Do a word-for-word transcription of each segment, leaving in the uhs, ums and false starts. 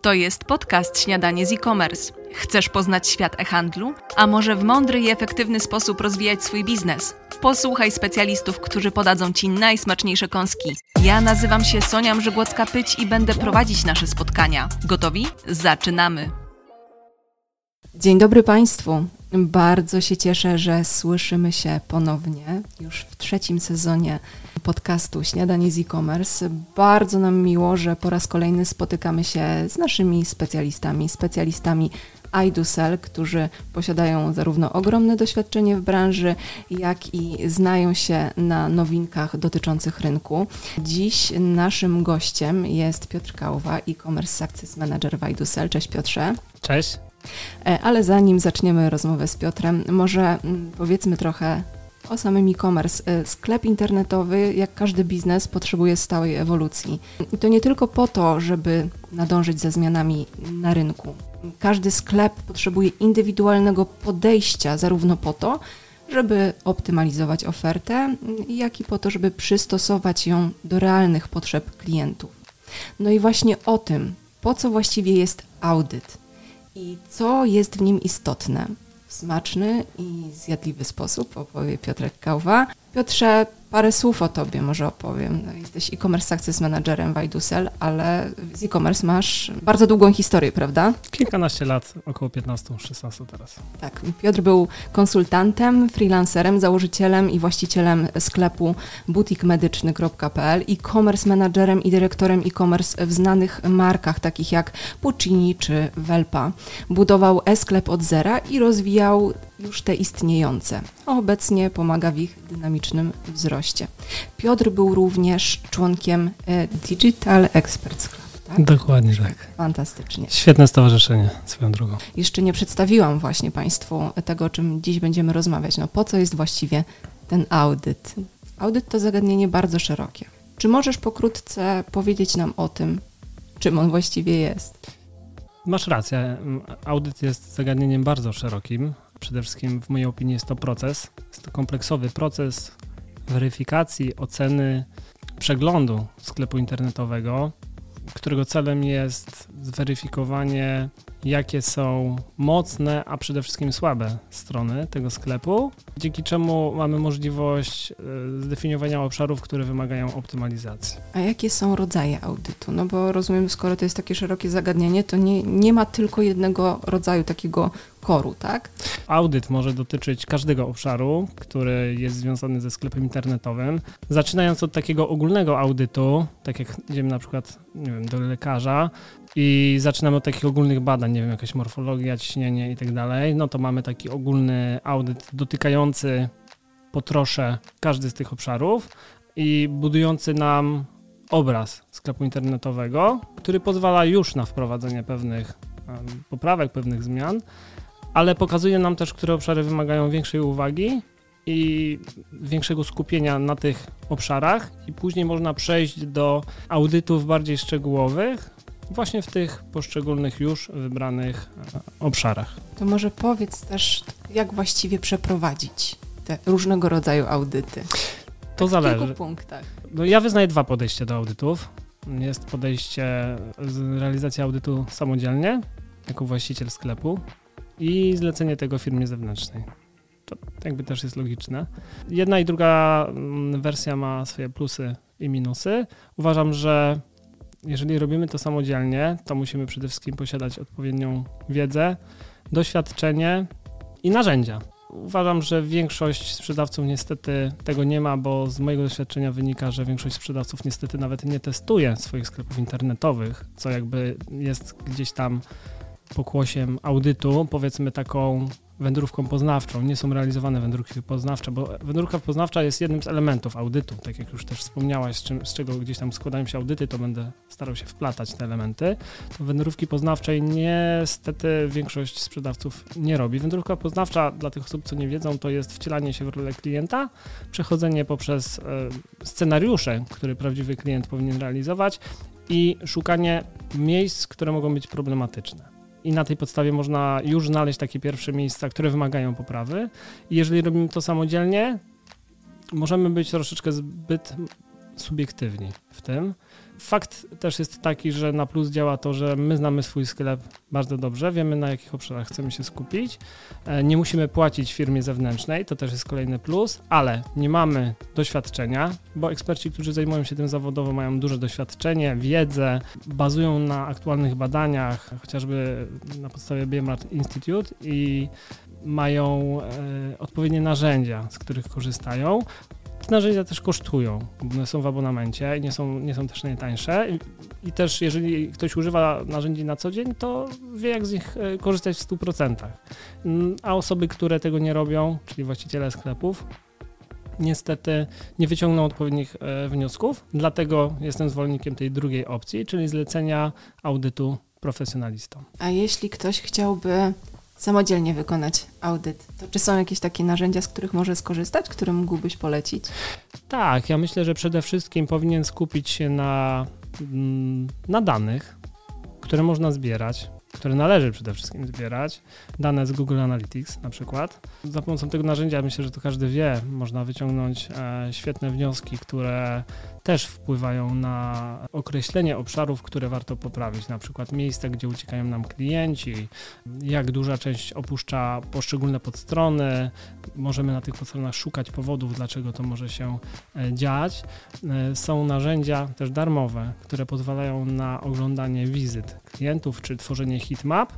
To jest podcast Śniadanie z e-commerce. Chcesz poznać świat e-handlu? A może w mądry i efektywny sposób rozwijać swój biznes? Posłuchaj specjalistów, którzy podadzą Ci najsmaczniejsze kąski. Ja nazywam się Sonia Mrzygłocka-Pyć i będę prowadzić nasze spotkania. Gotowi? Zaczynamy! Dzień dobry Państwu. Bardzo się cieszę, że słyszymy się ponownie już w trzecim sezonie podcastu Śniadanie z e-commerce. Bardzo nam miło, że po raz kolejny spotykamy się z naszymi specjalistami, specjalistami I do Sell, którzy posiadają zarówno ogromne doświadczenie w branży, jak i znają się na nowinkach dotyczących rynku. Dziś naszym gościem jest Piotr Kałuwa, e-commerce success manager w I do Sell. Cześć Piotrze. Cześć. Ale zanim zaczniemy rozmowę z Piotrem, może powiedzmy trochę o samym e-commerce. Sklep internetowy, jak każdy biznes, potrzebuje stałej ewolucji. I to nie tylko po to, żeby nadążyć za zmianami na rynku. Każdy sklep potrzebuje indywidualnego podejścia zarówno po to, żeby optymalizować ofertę, jak i po to, żeby przystosować ją do realnych potrzeb klientów. No i właśnie o tym, po co właściwie jest audyt i co jest w nim istotne, w smaczny i zjadliwy sposób opowie Piotrek Kałuwa. Piotrze, parę słów o Tobie może opowiem. No, jesteś e-commerce success managerem w I do Sell, ale z e-commerce masz bardzo długą historię, prawda? Kilkanaście lat, około piętnaście szesnaście teraz. Tak, Piotr był konsultantem, freelancerem, założycielem i właścicielem sklepu boutique medyczny kropka p l, e-commerce managerem i dyrektorem e-commerce w znanych markach takich jak Puccini czy Welpa. Budował e-sklep od zera i rozwijał już te istniejące. Obecnie pomaga w ich dynamicznym wzroście. Piotr był również członkiem Digital Experts Club, tak? Dokładnie tak. Fantastycznie. Świetne stowarzyszenie, swoją drogą. Jeszcze nie przedstawiłam właśnie Państwu tego, o czym dziś będziemy rozmawiać. No po co jest właściwie ten audyt? Audyt to zagadnienie bardzo szerokie. Czy możesz pokrótce powiedzieć nam o tym, czym on właściwie jest? Masz rację. Audyt jest zagadnieniem bardzo szerokim. Przede wszystkim w mojej opinii jest to proces. Jest to kompleksowy proces weryfikacji, oceny, przeglądu sklepu internetowego, którego celem jest zweryfikowanie, jakie są mocne, a przede wszystkim słabe strony tego sklepu, dzięki czemu mamy możliwość zdefiniowania obszarów, które wymagają optymalizacji. A jakie są rodzaje audytu? No bo rozumiem, skoro to jest takie szerokie zagadnienie, to nie, nie ma tylko jednego rodzaju takiego koru, tak? Audyt może dotyczyć każdego obszaru, który jest związany ze sklepem internetowym. Zaczynając od takiego ogólnego audytu, tak jak idziemy na przykład, nie wiem, do lekarza i zaczynamy od takich ogólnych badań, nie wiem, jakaś morfologia, ciśnienie i tak dalej, no to mamy taki ogólny audyt dotykający po trosze każdy z tych obszarów i budujący nam obraz sklepu internetowego, który pozwala już na wprowadzenie pewnych um, poprawek, pewnych zmian, ale pokazuje nam też, które obszary wymagają większej uwagi i większego skupienia na tych obszarach i później można przejść do audytów bardziej szczegółowych właśnie w tych poszczególnych już wybranych obszarach. To może powiedz też, jak właściwie przeprowadzić te różnego rodzaju audyty? To tak zależy. W kilku punktach. No, ja wyznaję dwa podejścia do audytów. Jest podejście z realizacji audytu samodzielnie, jako właściciel sklepu, i zlecenie tego firmie zewnętrznej. To jakby też jest logiczne. Jedna i druga wersja ma swoje plusy i minusy. Uważam, że jeżeli robimy to samodzielnie, to musimy przede wszystkim posiadać odpowiednią wiedzę, doświadczenie i narzędzia. Uważam, że większość sprzedawców niestety tego nie ma, bo z mojego doświadczenia wynika, że większość sprzedawców niestety nawet nie testuje swoich sklepów internetowych, co jakby jest gdzieś tam pokłosiem audytu, powiedzmy taką wędrówką poznawczą. Nie są realizowane wędrówki poznawcze, bo wędrówka poznawcza jest jednym z elementów audytu. Tak jak już też wspomniałaś, z, czym, z czego gdzieś tam składają się audyty, to będę starał się wplatać te elementy. To wędrówki poznawczej niestety większość sprzedawców nie robi. Wędrówka poznawcza, dla tych osób, co nie wiedzą, to jest wcielanie się w rolę klienta, przechodzenie poprzez e, scenariusze, które prawdziwy klient powinien realizować i szukanie miejsc, które mogą być problematyczne. I na tej podstawie można już znaleźć takie pierwsze miejsca, które wymagają poprawy. I jeżeli robimy to samodzielnie, możemy być troszeczkę zbyt subiektywni w tym. Fakt też jest taki, że na plus działa to, że my znamy swój sklep bardzo dobrze, wiemy na jakich obszarach chcemy się skupić, nie musimy płacić firmie zewnętrznej, to też jest kolejny plus, ale nie mamy doświadczenia, bo eksperci, którzy zajmują się tym zawodowo, mają duże doświadczenie, wiedzę, bazują na aktualnych badaniach, chociażby na podstawie B M R Institute i mają e, odpowiednie narzędzia, z których korzystają. Te narzędzia też kosztują, bo one są w abonamencie i nie są, nie są też najtańsze. I, I też jeżeli ktoś używa narzędzi na co dzień, to wie, jak z nich korzystać w stu procentach. A osoby, które tego nie robią, czyli właściciele sklepów, niestety nie wyciągną odpowiednich e, wniosków. Dlatego jestem zwolennikiem tej drugiej opcji, czyli zlecenia audytu profesjonalistom. A jeśli ktoś chciałby samodzielnie wykonać audyt, to czy są jakieś takie narzędzia, z których może skorzystać, które mógłbyś polecić? Tak, ja myślę, że przede wszystkim powinien skupić się na, na danych, które można zbierać, które należy przede wszystkim zbierać, dane z Google Analytics na przykład. Za pomocą tego narzędzia, myślę, że to każdy wie, można wyciągnąć e, świetne wnioski, które też wpływają na określenie obszarów, które warto poprawić, na przykład miejsca, gdzie uciekają nam klienci, jak duża część opuszcza poszczególne podstrony, możemy na tych podstronach szukać powodów, dlaczego to może się e, dziać. E, są narzędzia też darmowe, które pozwalają na oglądanie wizyt klientów, czy tworzenie heatmap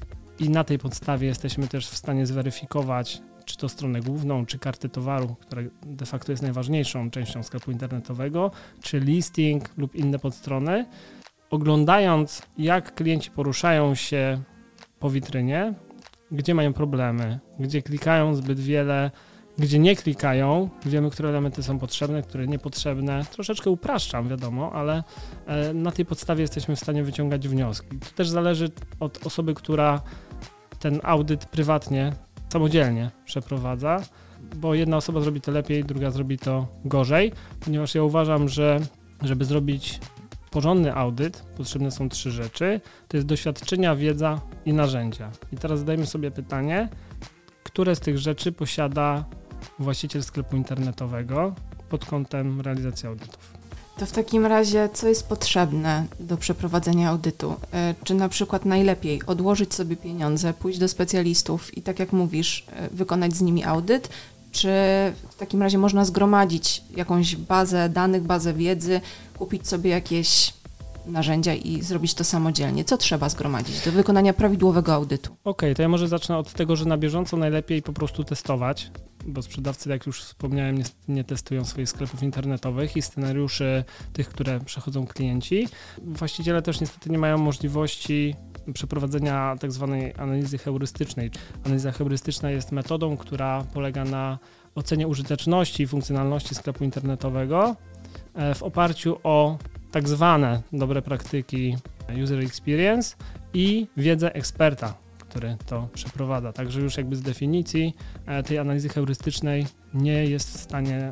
i na tej podstawie jesteśmy też w stanie zweryfikować, czy to stronę główną, czy kartę towaru, która de facto jest najważniejszą częścią sklepu internetowego, czy listing lub inne podstrony. Oglądając, jak klienci poruszają się po witrynie, gdzie mają problemy, gdzie klikają zbyt wiele, gdzie nie klikają, wiemy, które elementy są potrzebne, które niepotrzebne. Troszeczkę upraszczam, wiadomo, ale na tej podstawie jesteśmy w stanie wyciągać wnioski. To też zależy od osoby, która ten audyt prywatnie, samodzielnie przeprowadza, bo jedna osoba zrobi to lepiej, druga zrobi to gorzej, ponieważ ja uważam, że żeby zrobić porządny audyt, potrzebne są trzy rzeczy. To jest doświadczenia, wiedza i narzędzia. I teraz zadajmy sobie pytanie, które z tych rzeczy posiada właściciel sklepu internetowego pod kątem realizacji audytów. To w takim razie, co jest potrzebne do przeprowadzenia audytu? Czy na przykład najlepiej odłożyć sobie pieniądze, pójść do specjalistów i tak jak mówisz, wykonać z nimi audyt? Czy w takim razie można zgromadzić jakąś bazę danych, bazę wiedzy, kupić sobie jakieś narzędzia i zrobić to samodzielnie? Co trzeba zgromadzić do wykonania prawidłowego audytu? Okej, okay, to ja może zacznę od tego, że na bieżąco najlepiej po prostu testować, bo sprzedawcy, jak już wspomniałem, nie, nie testują swoich sklepów internetowych i scenariuszy tych, które przechodzą klienci. Właściciele też niestety nie mają możliwości przeprowadzenia tak zwanej analizy heurystycznej. Analiza heurystyczna jest metodą, która polega na ocenie użyteczności i funkcjonalności sklepu internetowego w oparciu o tak zwane dobre praktyki user experience i wiedzę eksperta, który to przeprowadza. Także już jakby z definicji tej analizy heurystycznej nie jest w stanie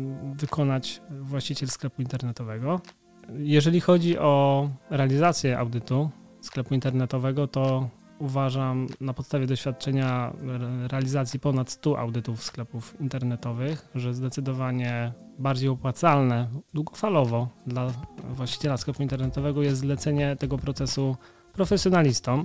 wykonać właściciel sklepu internetowego. Jeżeli chodzi o realizację audytu sklepu internetowego, to uważam na podstawie doświadczenia realizacji ponad stu audytów sklepów internetowych, że zdecydowanie bardziej opłacalne długofalowo dla właściciela sklepu internetowego jest zlecenie tego procesu profesjonalistom,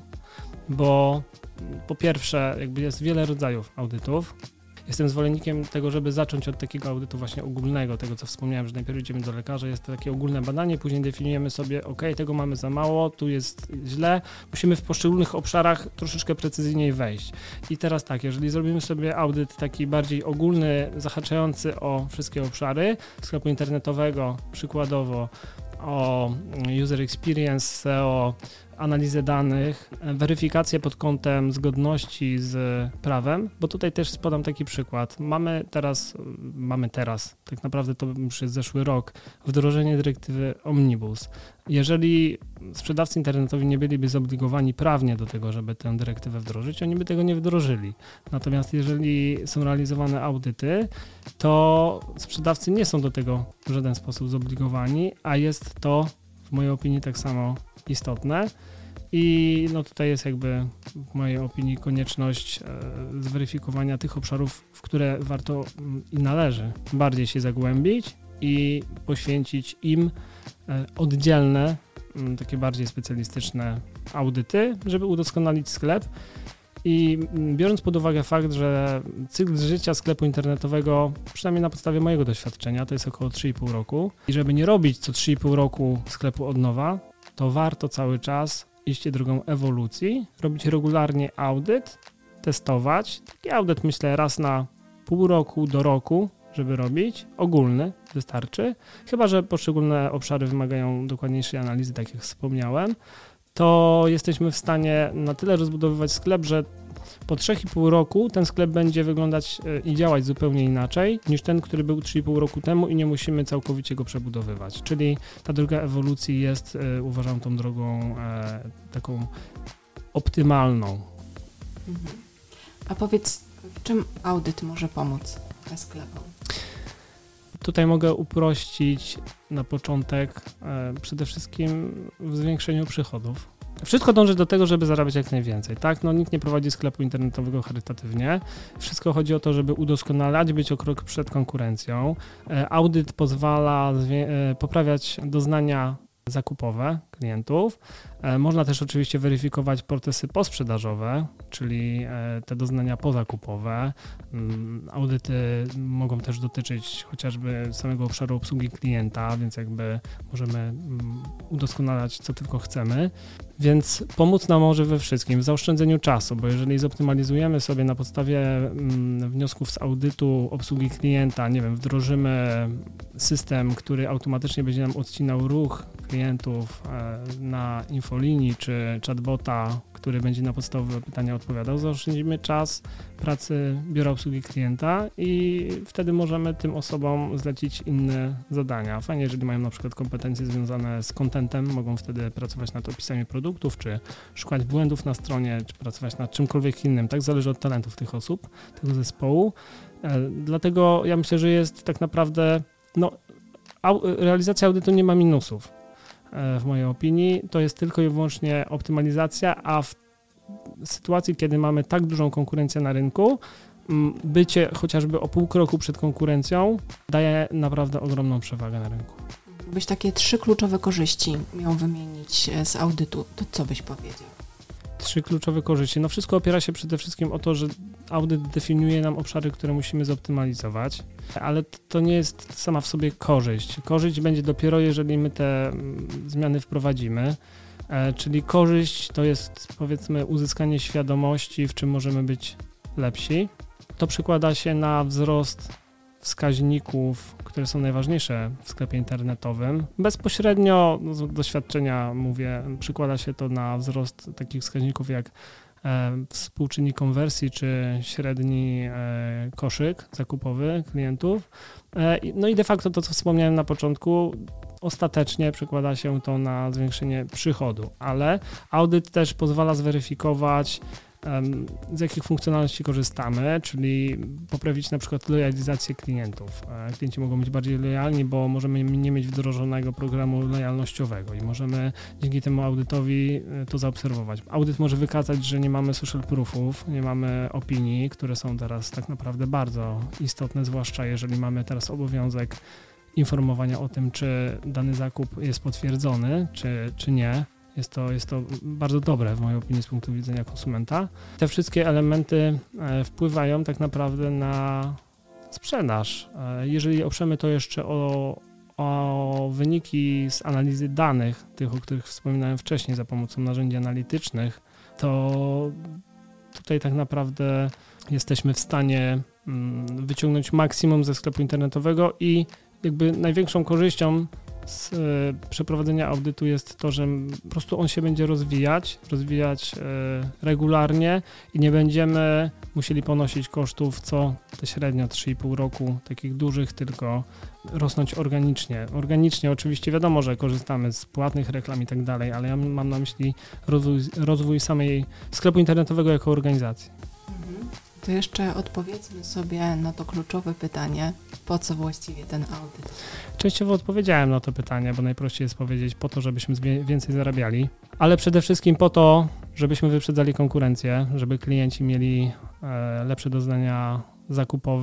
bo po pierwsze jakby jest wiele rodzajów audytów. Jestem zwolennikiem tego, żeby zacząć od takiego audytu właśnie ogólnego, tego co wspomniałem, że najpierw idziemy do lekarza, jest to takie ogólne badanie, później definiujemy sobie, ok, tego mamy za mało, tu jest źle, musimy w poszczególnych obszarach troszeczkę precyzyjniej wejść. I teraz tak, jeżeli zrobimy sobie audyt taki bardziej ogólny, zahaczający o wszystkie obszary sklepu internetowego, przykładowo o user experience, S E O, analizę danych, weryfikację pod kątem zgodności z prawem, bo tutaj też podam taki przykład. Mamy teraz, mamy teraz, tak naprawdę to już jest zeszły rok, wdrożenie dyrektywy Omnibus. Jeżeli sprzedawcy internetowi nie byliby zobligowani prawnie do tego, żeby tę dyrektywę wdrożyć, oni by tego nie wdrożyli. Natomiast jeżeli są realizowane audyty, to sprzedawcy nie są do tego w żaden sposób zobligowani, a jest to w mojej opinii tak samo istotne i no tutaj jest jakby w mojej opinii konieczność e, zweryfikowania tych obszarów, w które warto i należy bardziej się zagłębić i poświęcić im oddzielne, takie bardziej specjalistyczne audyty, żeby udoskonalić sklep. I biorąc pod uwagę fakt, że cykl życia sklepu internetowego, przynajmniej na podstawie mojego doświadczenia, to jest około trzy i pół roku i żeby nie robić co trzy i pół roku sklepu od nowa, to warto cały czas iść drogą ewolucji, robić regularnie audyt, testować. Taki audyt myślę raz na pół roku do roku, żeby robić, ogólny wystarczy, chyba że poszczególne obszary wymagają dokładniejszej analizy, tak jak wspomniałem, to jesteśmy w stanie na tyle rozbudowywać sklep, że po trzech i pół roku ten sklep będzie wyglądać i działać zupełnie inaczej niż ten, który był trzy i pół roku temu i nie musimy całkowicie go przebudowywać. Czyli ta droga ewolucji jest, uważam, tą drogą taką optymalną. Mhm. A powiedz, w czym audyt może pomóc sklepom? Tutaj mogę uprościć na początek e, przede wszystkim w zwiększeniu przychodów. Wszystko dąży do tego, żeby zarabiać jak najwięcej, tak? No nikt nie prowadzi sklepu internetowego charytatywnie. Wszystko chodzi o to, żeby udoskonalać, być o krok przed konkurencją. E, audyt pozwala zwie- e, poprawiać doznania zakupowe klientów. E, można też oczywiście weryfikować procesy posprzedażowe, czyli e, te doznania pozakupowe. Mm, audyty mogą też dotyczyć chociażby samego obszaru obsługi klienta, więc jakby możemy mm, udoskonalać co tylko chcemy. Więc pomóc nam może we wszystkim, w zaoszczędzeniu czasu, bo jeżeli zoptymalizujemy sobie na podstawie mm, wniosków z audytu obsługi klienta, nie wiem, wdrożymy system, który automatycznie będzie nam odcinał ruch klientów e, na infolinii czy chatbota, który będzie na podstawowe pytania odpowiadał, zaoszczędzimy czas pracy biura obsługi klienta i wtedy możemy tym osobom zlecić inne zadania. Fajnie, jeżeli mają na przykład kompetencje związane z contentem, mogą wtedy pracować nad opisami produktów, czy szukać błędów na stronie, czy pracować nad czymkolwiek innym. Tak zależy od talentów tych osób, tego zespołu. E, dlatego ja myślę, że jest tak naprawdę, no, au, realizacja audytu nie ma minusów. W mojej opinii, to jest tylko i wyłącznie optymalizacja, a w sytuacji, kiedy mamy tak dużą konkurencję na rynku, bycie chociażby o pół kroku przed konkurencją daje naprawdę ogromną przewagę na rynku. Gdybyś takie trzy kluczowe korzyści miał wymienić z audytu, to co byś powiedział? Trzy kluczowe korzyści. No wszystko opiera się przede wszystkim o to, że audyt definiuje nam obszary, które musimy zoptymalizować, ale to nie jest sama w sobie korzyść. Korzyść będzie dopiero, jeżeli my te zmiany wprowadzimy, czyli korzyść to jest, powiedzmy, uzyskanie świadomości, w czym możemy być lepsi. To przekłada się na wzrost wskaźników, które są najważniejsze w sklepie internetowym. Bezpośrednio no, z doświadczenia mówię, przykłada się to na wzrost takich wskaźników jak e, współczynnik konwersji czy średni e, koszyk zakupowy klientów. E, no i de facto to, co wspomniałem na początku, ostatecznie przekłada się to na zwiększenie przychodu, ale audyt też pozwala zweryfikować, z jakich funkcjonalności korzystamy, czyli poprawić na przykład lojalizację klientów. Klienci mogą być bardziej lojalni, bo możemy nie mieć wdrożonego programu lojalnościowego i możemy dzięki temu audytowi to zaobserwować. Audyt może wykazać, że nie mamy social proofów, nie mamy opinii, które są teraz tak naprawdę bardzo istotne, zwłaszcza jeżeli mamy teraz obowiązek informowania o tym, czy dany zakup jest potwierdzony, czy, czy nie. Jest to, jest to bardzo dobre w mojej opinii z punktu widzenia konsumenta. Te wszystkie elementy wpływają tak naprawdę na sprzedaż. Jeżeli oprzemy to jeszcze o, o wyniki z analizy danych, tych, o których wspominałem wcześniej, za pomocą narzędzi analitycznych, to tutaj tak naprawdę jesteśmy w stanie wyciągnąć maksimum ze sklepu internetowego i jakby największą korzyścią z y, przeprowadzenia audytu jest to, że po prostu on się będzie rozwijać, rozwijać y, regularnie i nie będziemy musieli ponosić kosztów co te średnio trzy i pół roku, takich dużych, tylko rosnąć organicznie. Organicznie oczywiście wiadomo, że korzystamy z płatnych reklam i tak dalej, ale ja mam na myśli rozwój, rozwój samej sklepu internetowego jako organizacji. Mhm. To jeszcze odpowiedzmy sobie na to kluczowe pytanie, po co właściwie ten audyt? Częściowo odpowiedziałem na to pytanie, bo najprościej jest powiedzieć po to, żebyśmy więcej zarabiali, ale przede wszystkim po to, żebyśmy wyprzedzali konkurencję, żeby klienci mieli lepsze doznania zakupowe,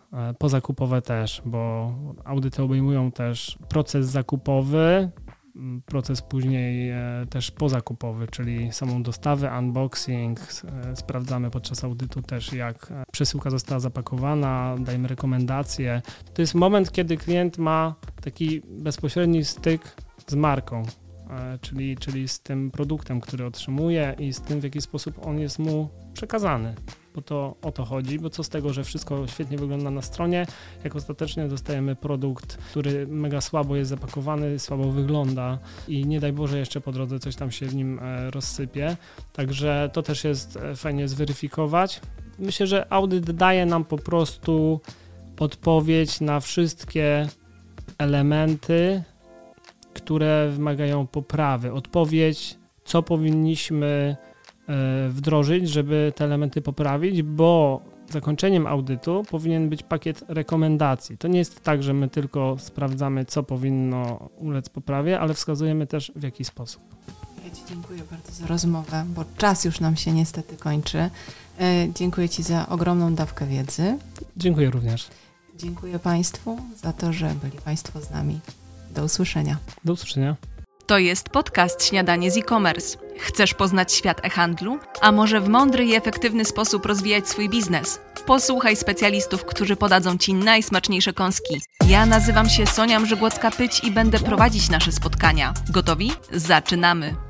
pozakupowe też, bo audyty obejmują też proces zakupowy, proces później też pozakupowy, czyli samą dostawę, unboxing. Sprawdzamy podczas audytu też, jak przesyłka została zapakowana, dajemy rekomendacje. To jest moment, kiedy klient ma taki bezpośredni styk z marką, czyli, czyli z tym produktem, który otrzymuje i z tym, w jaki sposób on jest mu przekazany. Bo to o to chodzi, bo co z tego, że wszystko świetnie wygląda na stronie, jak ostatecznie dostajemy produkt, który mega słabo jest zapakowany, słabo wygląda i nie daj Boże jeszcze po drodze coś tam się w nim rozsypie. Także to też jest fajnie zweryfikować. Myślę, że audyt daje nam po prostu odpowiedź na wszystkie elementy, które wymagają poprawy. Odpowiedź, co powinniśmy wdrożyć, żeby te elementy poprawić, bo zakończeniem audytu powinien być pakiet rekomendacji. To nie jest tak, że my tylko sprawdzamy, co powinno ulec poprawie, ale wskazujemy też, w jaki sposób. Ja Ci dziękuję bardzo za rozmowę, bo czas już nam się niestety kończy. Dziękuję Ci za ogromną dawkę wiedzy. Dziękuję również. Dziękuję Państwu za to, że byli Państwo z nami. Do usłyszenia. Do usłyszenia. To jest podcast Śniadanie z e-commerce. Chcesz poznać świat e-handlu? A może w mądry i efektywny sposób rozwijać swój biznes? Posłuchaj specjalistów, którzy podadzą Ci najsmaczniejsze kąski. Ja nazywam się Sonia Mrzygłocka-Pyć i będę prowadzić nasze spotkania. Gotowi? Zaczynamy!